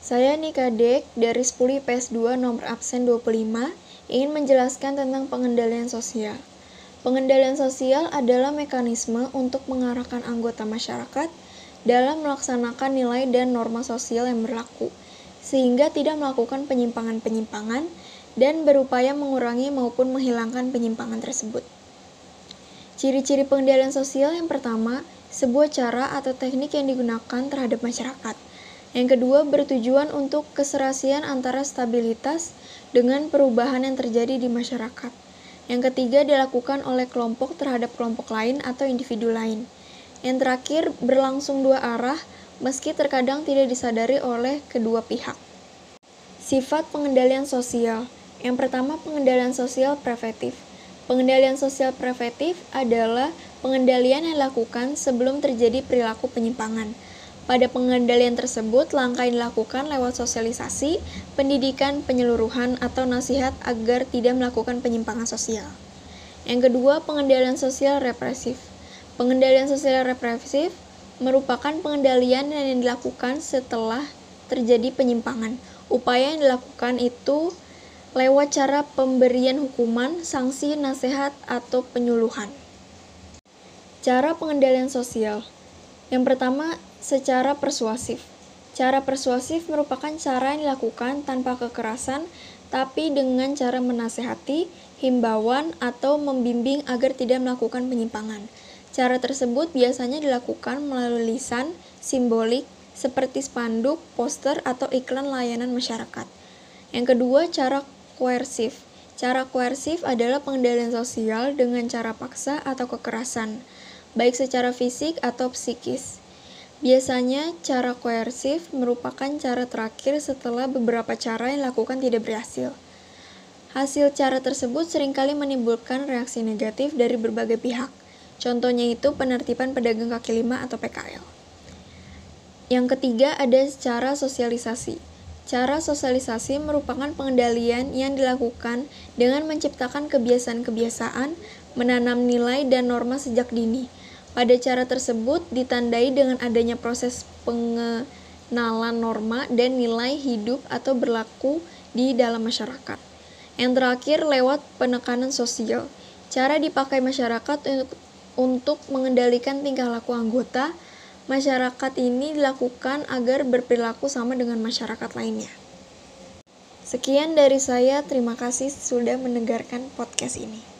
Saya Nika Dek dari 10 IPS 2 nomor absen 25 ingin menjelaskan tentang pengendalian sosial. Pengendalian sosial adalah mekanisme untuk mengarahkan anggota masyarakat dalam melaksanakan nilai dan norma sosial yang berlaku, sehingga tidak melakukan penyimpangan-penyimpangan dan berupaya mengurangi maupun menghilangkan penyimpangan tersebut. Ciri-ciri pengendalian sosial yang pertama, sebuah cara atau teknik yang digunakan terhadap masyarakat. Yang kedua, bertujuan untuk keserasian antara stabilitas dengan perubahan yang terjadi di masyarakat. Yang ketiga, dilakukan oleh kelompok terhadap kelompok lain atau individu lain. Yang terakhir, berlangsung dua arah, meski terkadang tidak disadari oleh kedua pihak. Sifat pengendalian sosial. Yang pertama, pengendalian sosial preventif. Pengendalian sosial preventif adalah pengendalian yang dilakukan sebelum terjadi perilaku penyimpangan. Pada pengendalian tersebut, langkah yang dilakukan lewat sosialisasi, pendidikan, penyeluruhan, atau nasihat agar tidak melakukan penyimpangan sosial. Yang kedua, pengendalian sosial represif. Pengendalian sosial represif merupakan pengendalian yang dilakukan setelah terjadi penyimpangan. Upaya yang dilakukan itu lewat cara pemberian hukuman, sanksi, nasihat, atau penyuluhan. Cara pengendalian sosial. Yang pertama, secara persuasif. Cara persuasif merupakan cara yang dilakukan tanpa kekerasan, tapi dengan cara menasehati, himbauan, atau membimbing agar tidak melakukan penyimpangan. Cara tersebut biasanya dilakukan melalui lisan, simbolik, seperti spanduk, poster, atau iklan layanan masyarakat. Yang kedua, cara koersif. Cara koersif adalah pengendalian sosial dengan cara paksa atau kekerasan, baik secara fisik atau psikis. Biasanya, cara koersif merupakan cara terakhir setelah beberapa cara yang dilakukan tidak berhasil. Hasil cara tersebut seringkali menimbulkan reaksi negatif dari berbagai pihak. Contohnya itu penertiban pedagang kaki lima atau PKL. Yang ketiga ada cara sosialisasi. Cara sosialisasi merupakan pengendalian yang dilakukan dengan menciptakan kebiasaan-kebiasaan, menanam nilai dan norma sejak dini. Pada cara tersebut ditandai dengan adanya proses pengenalan norma dan nilai hidup atau berlaku di dalam masyarakat. Yang terakhir lewat penekanan sosial. Cara dipakai masyarakat untuk mengendalikan tingkah laku anggota masyarakat ini dilakukan agar berperilaku sama dengan masyarakat lainnya. Sekian dari saya, terima kasih sudah mendengarkan podcast ini.